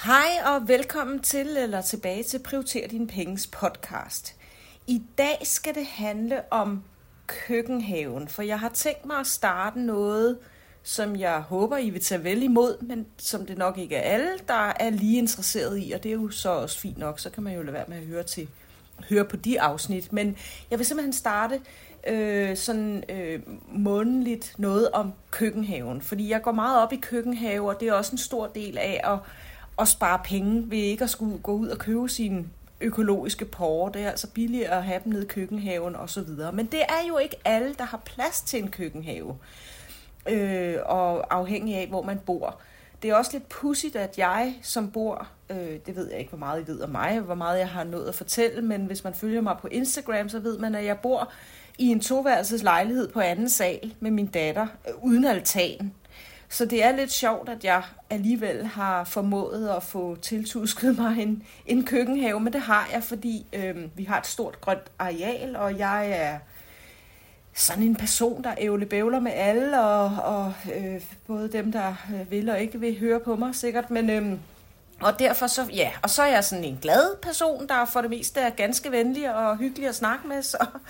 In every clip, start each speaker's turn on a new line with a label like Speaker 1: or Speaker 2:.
Speaker 1: Hej og velkommen til eller tilbage til Prioriter Dine Penges podcast. I dag skal det handle om køkkenhaven, for jeg har tænkt mig at starte noget, som jeg håber, I vil tage vel imod, men som det nok ikke er alle, der er lige interesseret i, og det er jo så også fint nok, så kan man jo lade være med at høre på de afsnit. Men jeg vil simpelthen starte månedligt noget om køkkenhaven, fordi jeg går meget op i køkkenhave, og det er også en stor del af at spare penge ved ikke at skulle gå ud og købe sine økologiske porre. Det er altså billigere at have dem nede i køkkenhaven og så videre. Men det er jo ikke alle, der har plads til en køkkenhave, og afhængig af, hvor man bor. Det er også lidt pudsigt, at jeg som bor, det ved jeg ikke, hvor meget I ved om mig, hvor meget jeg har nået at fortælle, men hvis man følger mig på Instagram, så ved man, at jeg bor i en toværelses lejlighed på anden sal med min datter, uden altan. Så det er lidt sjovt, at jeg alligevel har formået at få tiltusket mig en køkkenhave, men det har jeg, fordi vi har et stort grønt areal, og jeg er sådan en person, der ævlebævler med alle, og både dem, der vil og ikke vil høre på mig sikkert, men og derfor så, ja, og så er jeg sådan en glad person, der for det meste er ganske venlig og hyggelig at snakke med,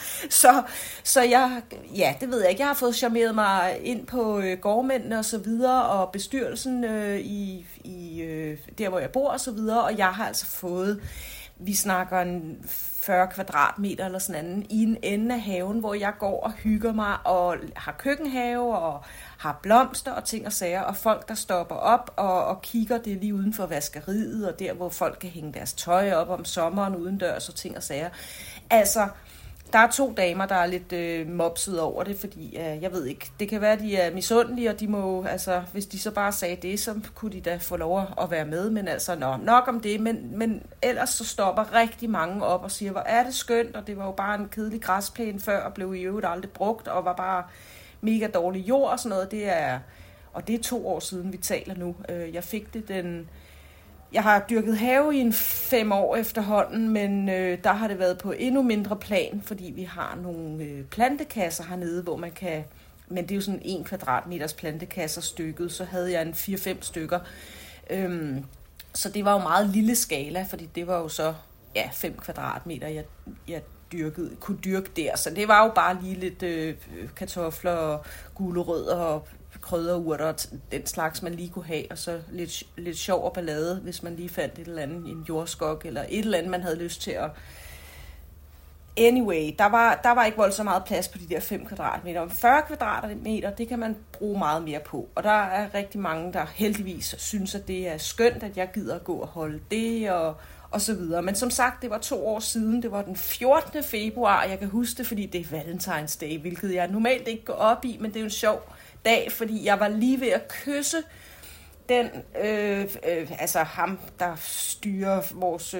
Speaker 1: så jeg, ja, det ved jeg ikke, jeg har fået charmeret mig ind på gårdmændene og så videre, og bestyrelsen der, hvor jeg bor og så videre, og jeg har altså fået, vi snakker en 40 kvadratmeter eller sådan anden, i en ende af haven, hvor jeg går og hygger mig, og har køkkenhave, og har blomster og ting og sager, og folk, der stopper op og kigger, det lige uden for vaskeriet, og der, hvor folk kan hænge deres tøj op om sommeren udendørs og ting og sager. Altså, der er 2 damer, der er lidt mopset over det, fordi jeg ved ikke, det kan være, at de er misundelige, og de må, altså, hvis de så bare sagde det, så kunne de da få lov at være med, men altså, nok om det, men ellers så stopper rigtig mange op og siger, hvor er det skønt, og det var jo bare en kedelig græsplæne før, og blev i øvrigt aldrig brugt, og var bare mega dårlig jord og sådan noget, det er 2 år siden, vi taler nu. Jeg fik det jeg har dyrket have i 5 år efterhånden, men der har det været på endnu mindre plan, fordi vi har nogle plantekasser hernede, hvor man kan, men det er jo sådan 1 kvadratmeters plantekasser stykket, så havde jeg en 4-5 stykker. Så det var jo meget lille skala, fordi det var jo så 5 kvadratmeter, jeg kunne dyrke der. Så det var jo bare lige lidt kartofler og gulerødder og krydderurter og den slags, man lige kunne have, og så lidt sjov og ballade, hvis man lige fandt et eller andet, en jordskok, eller et eller andet, man havde lyst til at. Anyway, der var ikke voldsomt meget plads på de der 5 kvadratmeter. Om 40 kvadratmeter, det kan man bruge meget mere på. Og der er rigtig mange, der heldigvis synes, at det er skønt, at jeg gider at gå og holde det, og så videre. Men som sagt, det var 2 år siden. Det var den 14. februar. Jeg kan huske det, fordi det er Valentine's Day, hvilket jeg normalt ikke går op i, men det er jo en sjov dag, fordi jeg var lige ved at kysse den, altså ham, der styrer vores,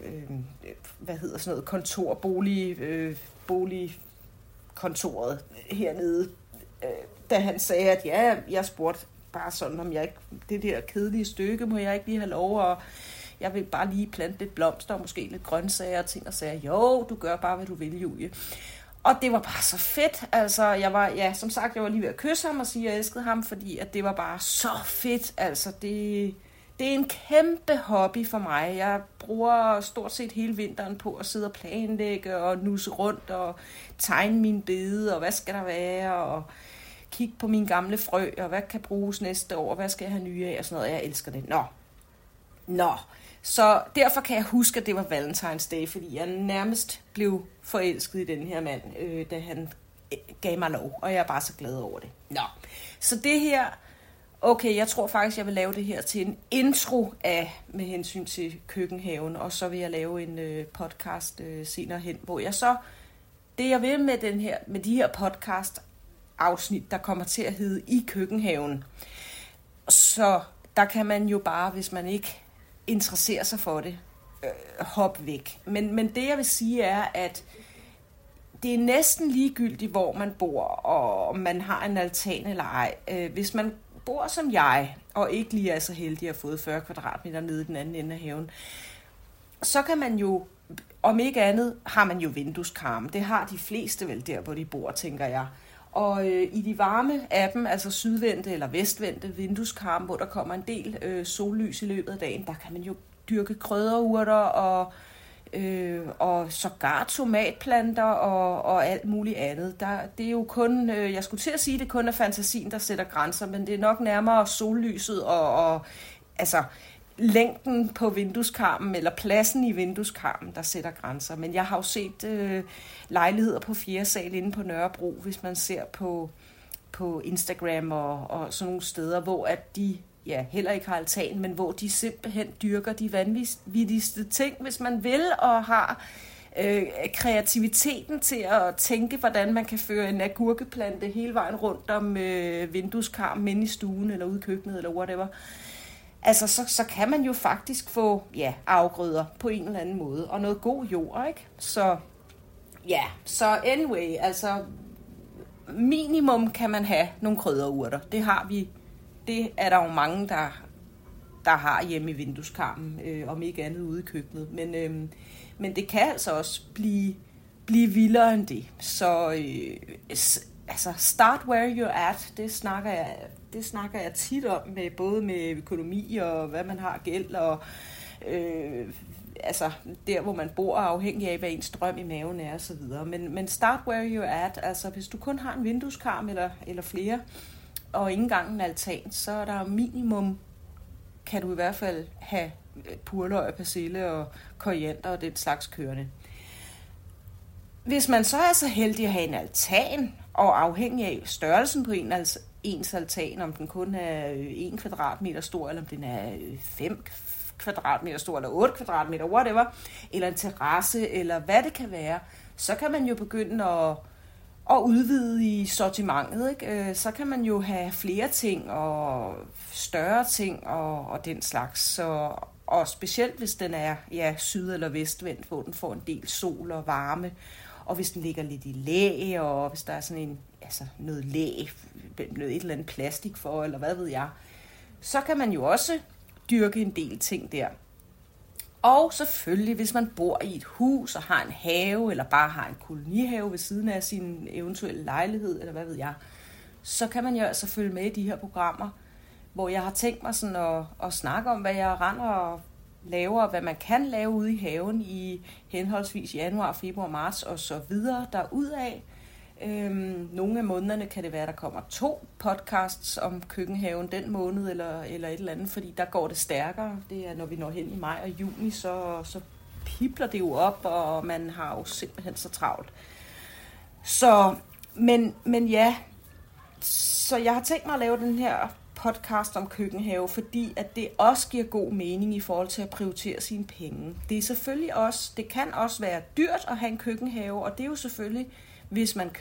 Speaker 1: boligkontoret hernede, da han sagde, at ja, jeg spurgte bare sådan, om jeg ikke, det der kedelige stykke, må jeg ikke lige have lov, og jeg vil bare lige plante lidt blomster, og måske lidt grøntsager og ting, og sagde, jo, du gør bare, hvad du vil, Julie. Og det var bare så fedt, altså jeg var lige ved at kysse ham og sige, at jeg elskede ham, fordi at det var bare så fedt, altså det er en kæmpe hobby for mig. Jeg bruger stort set hele vinteren på at sidde og planlægge og nusse rundt og tegne mine bede, og hvad skal der være, og kigge på mine gamle frø, og hvad kan bruges næste år, og hvad skal jeg have nye af, og sådan noget. Jeg elsker det. Nå. Så derfor kan jeg huske, at det var Valentine's Day, fordi jeg nærmest blev forelsket i den her mand, da han gav mig lov, og jeg er bare så glad over det. Nå, så det her, okay, jeg tror faktisk, jeg vil lave det her til en intro med hensyn til køkkenhaven, og så vil jeg lave en podcast senere hen, hvor jeg så, det jeg vil med de her podcast afsnit, der kommer til at hedde I køkkenhaven, så der kan man jo bare, hvis man ikke interesserer sig for det, hop væk. Men det jeg vil sige er, at det er næsten ligegyldigt, hvor man bor, og om man har en altan eller ej. Hvis man bor som jeg, og ikke lige er så heldig at have fået 40 kvadratmeter nede i den anden ende af haven, så kan man jo, om ikke andet, har man jo vindueskarme. Det har de fleste vel der, hvor de bor, tænker jeg. Og i de varme af dem, altså sydvendte eller vestvendte vindueskarme, hvor der kommer en del sollys i løbet af dagen, der kan man jo dyrke krydderurter og sågar tomatplanter og alt muligt andet. Det er jo kun, jeg skulle til at sige, det kun er fantasien, der sætter grænser, men det er nok nærmere sollyset og altså længden på vindueskarmen eller pladsen i vindueskarmen, der sætter grænser. Men jeg har jo set lejligheder på 4. sal inde på Nørrebro, hvis man ser på Instagram og sådan nogle steder, hvor at de heller ikke har altan, men hvor de simpelthen dyrker de vanvittigste ting, hvis man vil, og har kreativiteten til at tænke, hvordan man kan føre en agurkeplante hele vejen rundt om vindueskarmen inde i stuen, eller ude i køkkenet, eller whatever. Altså, så kan man jo faktisk få afgrøder på en eller anden måde, og noget god jord, ikke? Så anyway, altså minimum kan man have nogle krydderurter. Det har vi. Det er der jo mange, der har hjemme i vindueskarmen, om ikke andet ude i køkkenet. Men det kan altså også blive vildere end det. Så altså start where you're at, det snakker jeg tit om, både med økonomi og hvad man har gæld, og altså der hvor man bor, afhængig af hvad ens drøm i maven er og så videre. Men start where you're at, altså hvis du kun har en vindueskarm eller flere, og ikke engang en altan, så er der minimum, kan du i hvert fald have purløg, persille og koriander og den slags kørende. Hvis man så er så heldig at have en altan, og afhængig af størrelsen på ens altan, om den kun er 1 kvadratmeter stor, eller om den er 5 kvadratmeter stor, eller 8 kvadratmeter, whatever, eller en terrasse, eller hvad det kan være, så kan man jo begynde at udvide i sortimentet, ikke? Så kan man jo have flere ting og større ting og den slags. Og specielt hvis den er syd- eller vestvendt, hvor den får en del sol og varme, og hvis den ligger lidt i læ, og hvis der er sådan noget læ, noget et eller andet plastik for, eller hvad ved jeg, så kan man jo også dyrke en del ting der. Og selvfølgelig, hvis man bor i et hus og har en have, eller bare har en kolonihave ved siden af sin eventuelle lejlighed, eller hvad ved jeg, så kan man jo altså følge med i de her programmer, hvor jeg har tænkt mig sådan at snakke om, hvad jeg render og laver, og hvad man kan lave ude i haven i henholdsvis januar, februar, marts og så videre derudaf. Nogle af månederne kan det være, at der kommer 2 podcasts om køkkenhaven den måned, eller et eller andet, fordi der går det stærkere. Det er, når vi når hen i maj og juni, så pibler det jo op, og man har jo simpelthen så travlt. Så, men ja, så jeg har tænkt mig at lave den her podcast om køkkenhave, fordi at det også giver god mening i forhold til at prioritere sine penge. Det er selvfølgelig også, det kan også være dyrt at have en køkkenhave, og det er jo selvfølgelig, hvis man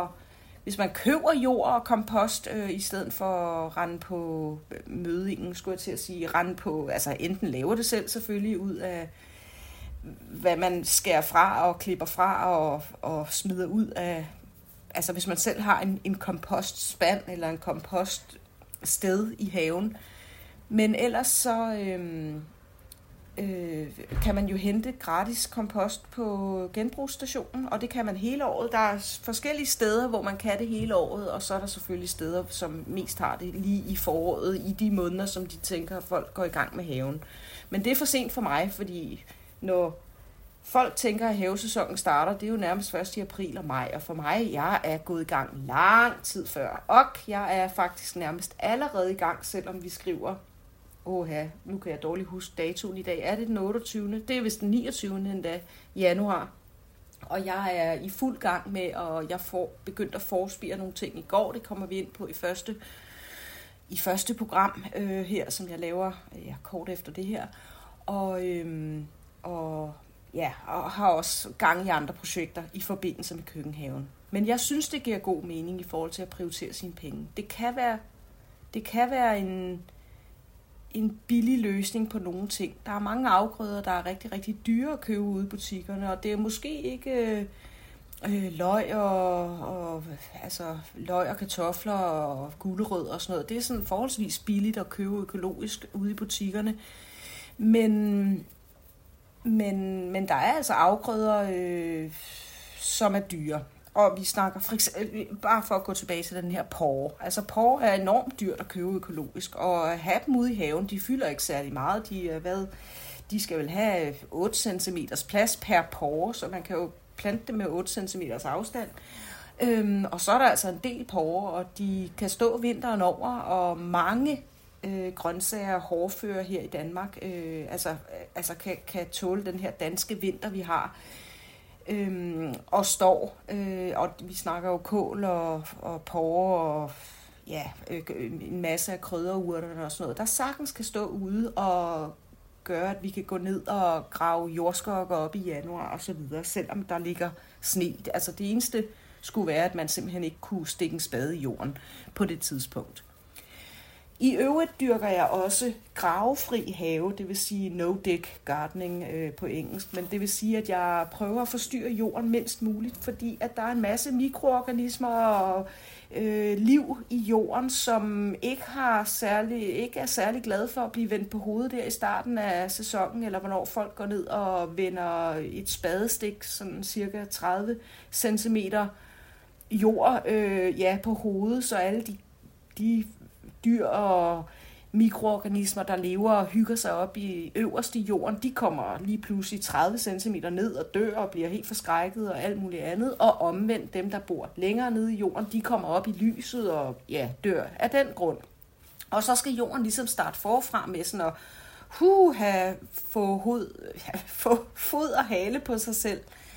Speaker 1: køber jord og kompost, i stedet for at rende på mødingen, skulle jeg til at sige, rende på, altså enten laver det selv selvfølgelig ud af, hvad man skærer fra og klipper fra og smider ud af, altså hvis man selv har en kompostspand eller en kompoststed i haven. Men ellers så kan man jo hente gratis kompost på genbrugsstationen, og det kan man hele året. Der er forskellige steder, hvor man kan det hele året, og så er der selvfølgelig steder, som mest har det lige i foråret, i de måneder, som de tænker, at folk går i gang med haven. Men det er for sent for mig, fordi når folk tænker, at havesæsonen starter, det er jo nærmest først i april og maj, og for mig, jeg er gået i gang lang tid før, og jeg er faktisk nærmest allerede i gang, selvom vi skriver, nu kan jeg dårligt huske datoen i dag, er det den 28. Det er vist den 29. endda, januar, og jeg er i fuld gang med, og jeg begyndt at forspire nogle ting i går, det kommer vi ind på i første program her, som jeg laver kort efter det her, og har også gang i andre projekter i forbindelse med køkkenhaven. Men jeg synes, det giver god mening i forhold til at prioritere sine penge. Det kan være en billig løsning på nogle ting. Der er mange afgrøder, der er rigtig, rigtig dyre at købe ude i butikkerne, og det er måske ikke løg og kartofler og gulerødder og sådan noget. Det er sådan forholdsvis billigt at købe økologisk ude i butikkerne. Men der er altså afgrøder, som er dyre. Og vi snakker for eksempel, bare for at gå tilbage til den her porre. Altså porre er enormt dyrt at købe økologisk, og at have dem ude i haven, de fylder ikke særlig meget. De skal vel have 8 cm plads per porre, så man kan jo plante dem med 8 cm afstand. Og så er der altså en del porre, og de kan stå vinteren over, og mange grøntsager og hårdføre her i Danmark kan tåle den her danske vinter, vi har. Og står, og vi snakker jo kål og porre og en masse af krydderurter og sådan noget, der sagtens kan stå ude og gøre, at vi kan gå ned og grave jordskokker op i januar og så videre, selvom der ligger sne. Altså det eneste skulle være, at man simpelthen ikke kunne stikke en spade i jorden på det tidspunkt. I øvrigt dyrker jeg også gravefri have, det vil sige no-dig gardening på engelsk, men det vil sige, at jeg prøver at forstyrre jorden mindst muligt, fordi at der er en masse mikroorganismer og liv i jorden, som ikke er særlig glade for at blive vendt på hovedet der i starten af sæsonen, eller hvornår folk går ned og vender et spadestik, sådan cirka 30 cm jord på hovedet, så alle de dyr og mikroorganismer, der lever og hygger sig op i øverst i jorden, de kommer lige pludselig 30 cm ned og dør og bliver helt forskrækket og alt muligt andet. Og omvendt dem, der bor længere nede i jorden, de kommer op i lyset og dør af den grund. Og så skal jorden ligesom starte forfra med sådan at få fod og hale på sig selv,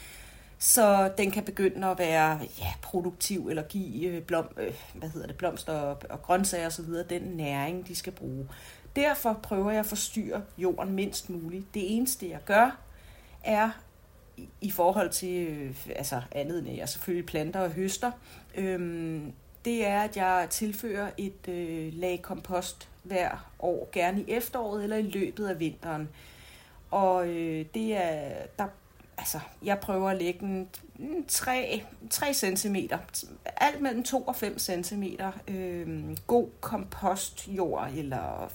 Speaker 1: så den kan begynde at være produktiv eller give blomster og grøntsager osv. den næring, de skal bruge. Derfor prøver jeg at forstyrre jorden mindst muligt. Det eneste, jeg gør, er i forhold til andet end jeg selvfølgelig planter og høster, det er, at jeg tilfører et lag kompost hver år, gerne i efteråret eller i løbet af vinteren. Og det er jeg prøver at lægge 3 cm, alt mellem 2 og 5 cm god kompostjord, eller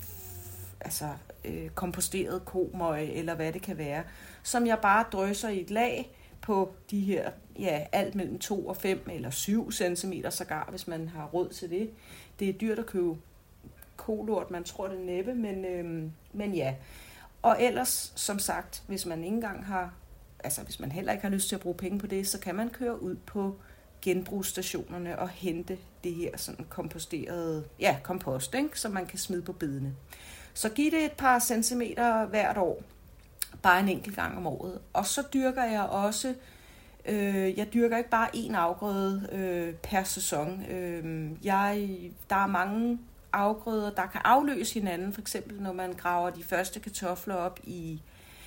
Speaker 1: komposteret komøg, eller hvad det kan være, som jeg bare drysser i et lag på de her, alt mellem 2 og 5 eller 7 cm sågar, hvis man har råd til det. Det er dyrt at købe kolort, man tror det næppe, men ja. Og ellers, som sagt, hvis man ikke engang har hvis man heller ikke har lyst til at bruge penge på det, så kan man køre ud på genbrugsstationerne og hente det her sådan komposterede kompost, ikke? Som man kan smide på bedene. Så giv det et par centimeter hvert år, bare en enkelt gang om året. Og så dyrker jeg også, jeg dyrker ikke bare én afgrøde per sæson. Der er mange afgrøder, der kan afløse hinanden, for eksempel når man graver de første kartofler op i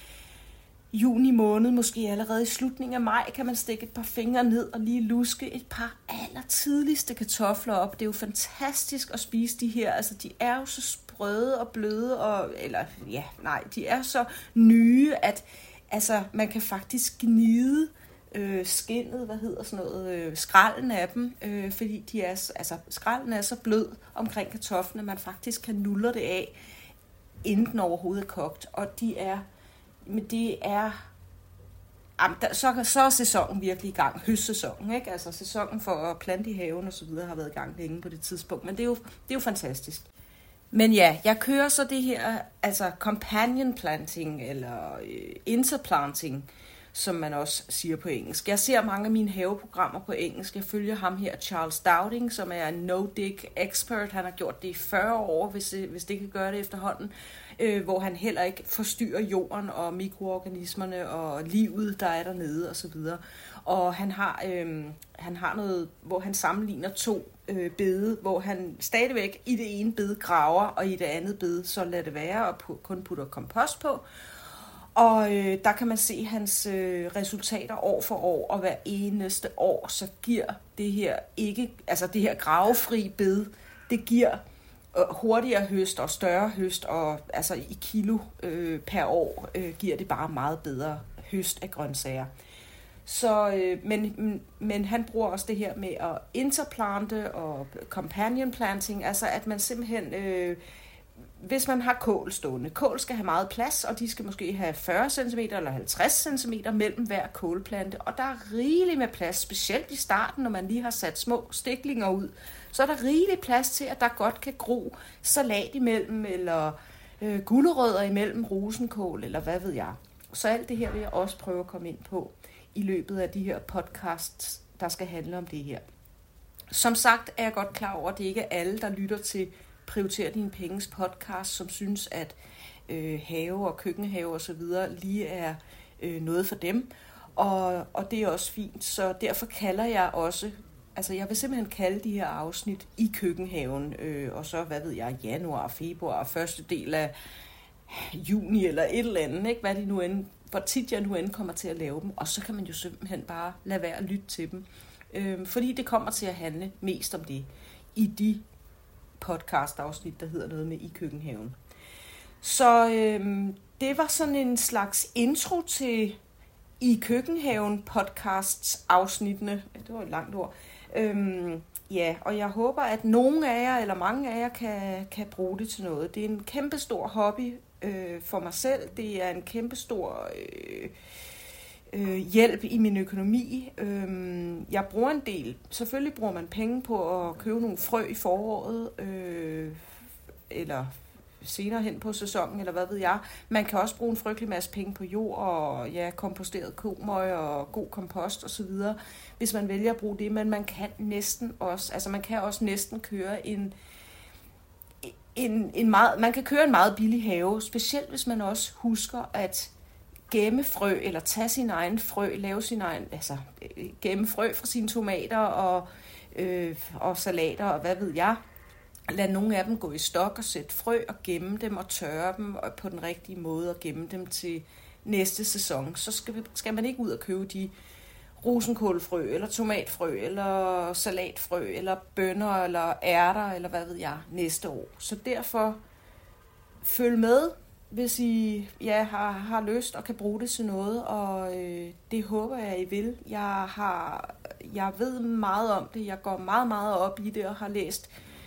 Speaker 1: juni måned, måske allerede i slutningen af maj, kan man stikke et par fingre ned og lige luske et par allertidligste kartofler op. Det er jo fantastisk at spise de her. Altså, de er jo så sprøde og bløde, de er så nye, at man kan faktisk gnide skindet, skralden af dem, fordi skralden er så blød omkring kartoflerne, man faktisk kan nulle det af, inden den overhovedet er kogt. Og så er sæsonen virkelig i gang, høstsæsonen, ikke? Altså sæsonen for at plante i haven og så videre har været i gang længe på det tidspunkt, men det er jo fantastisk. Men ja, jeg kører så det her, companion planting eller interplanting, som man også siger på engelsk. Jeg ser mange af mine haveprogrammer på engelsk. Jeg følger ham her, Charles Dowding, som er en no-dig expert. Han har gjort det i 40 år, hvis det kan gøre det efterhånden, hvor han heller ikke forstyrrer jorden og mikroorganismerne og livet, der er dernede osv. Og han har noget, hvor han sammenligner 2 bede, hvor han stadigvæk i det ene bede graver, og i det andet bede så lader det være og kun putter kompost på. Og der kan man se hans resultater år for år, og hver eneste år, så giver det her det her gravefri bed, det giver hurtigere høst og større høst, og i kilo per år giver det bare meget bedre høst af grøntsager. Så, men han bruger også det her med at interplante og companion planting, at man simpelthen hvis man har kål stående. Kål skal have meget plads, og de skal måske have 40 cm eller 50 cm mellem hver kålplante. Og der er rigeligt med plads, specielt i starten, når man lige har sat små stiklinger ud. Så er der rigeligt plads til, at der godt kan gro salat imellem, eller gulerødder imellem rosenkål, eller hvad ved jeg. Så alt det her vil jeg også prøve at komme ind på i løbet af de her podcasts, der skal handle om det her. Som sagt er jeg godt klar over, at det ikke er alle, der lytter til Prioriter dine penges podcast, som synes, at have og køkkenhave og så videre lige er noget for dem. Og det er også fint, så derfor kalder jeg også, altså jeg vil simpelthen kalde de her afsnit i køkkenhaven, og så, hvad ved jeg, januar, februar, første del af juni eller et eller andet, ikke? Hvad de nu end, hvor tit jeg nu end kommer til at lave dem, og så kan man jo simpelthen bare lade være at lytte til dem. Fordi det kommer til at handle mest om det i de podcast-afsnit, der hedder noget med i køkkenhaven. Så det var sådan en slags intro til i køkkenhaven podcasts-afsnittene. Det var et langt ord. Ja, og jeg håber, at nogen af jer, eller mange af jer, kan bruge det til noget. Det er en kæmpestor hobby for mig selv. Det er en kæmpestor hjælp i min økonomi. Jeg bruger en del. Selvfølgelig bruger man penge på at købe nogle frø i foråret, eller senere hen på sæsonen, eller hvad ved jeg. Man kan også bruge en frygtelig masse penge på jord, og ja, komposteret komøg og god kompost osv., hvis man vælger at bruge det. Men man kan næsten også, altså man kan også næsten køre man kan køre en meget billig have, specielt hvis man også husker at gemme frø, eller tage sin egen frø, lave sin egen, altså gemme frø fra sine tomater og salater, og hvad ved jeg. Lad nogle af dem gå i stok og sætte frø og gemme dem og tørre dem på den rigtige måde og gemme dem til næste sæson. Så skal man ikke ud og købe de rosenkålfrø, eller tomatfrø, eller salatfrø, eller bønner, eller ærter, eller hvad ved jeg, næste år. Så derfor følg med, hvis I har lyst og kan bruge det til noget, og det håber jeg, I vil. Jeg ved meget om det, jeg går meget, meget op i det, og har læst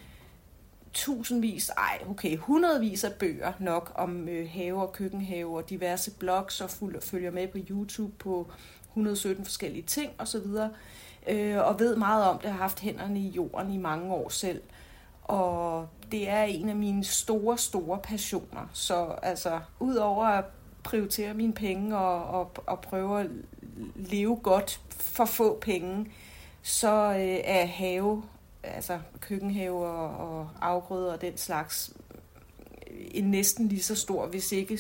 Speaker 1: hundredvis af bøger nok om have og køkkenhave og diverse blogs, og følger med på YouTube på 117 forskellige ting osv. Og ved meget om det, har haft hænderne i jorden i mange år selv. Og det er en af mine store, store passioner. Så altså, udover at prioritere mine penge og prøve at leve godt for få penge, så er have, altså køkkenhave og afgrøder og den slags, en næsten lige så stor, hvis ikke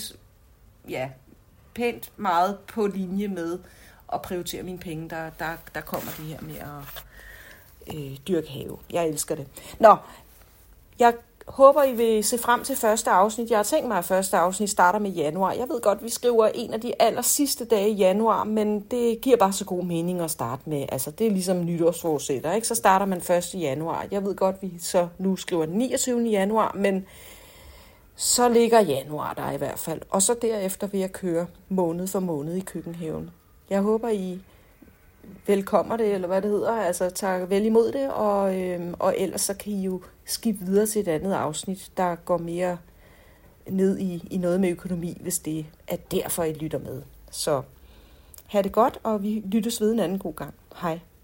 Speaker 1: pænt meget på linje med at prioritere mine penge. Der kommer det her med at dyrke have. Jeg elsker det. Nå, jeg håber, I vil se frem til første afsnit. Jeg har tænkt mig, at første afsnit starter med januar. Jeg ved godt, vi skriver en af de aller sidste dage i januar, men det giver bare så god mening at starte med. Altså, det er ligesom nytårsforsætter, ikke? Så starter man 1. januar. Jeg ved godt, vi så nu skriver den 29. januar, men så ligger januar der i hvert fald. Og så derefter vil jeg køre måned for måned i køkkenhaven. Jeg håber, I velkommer det, eller hvad det hedder, altså tager vel imod det, og ellers så kan I jo skifte videre til et andet afsnit, der går mere ned i noget med økonomi, hvis det er derfor, I lytter med. Så ha' det godt, og vi lyttes ved en anden god gang. Hej.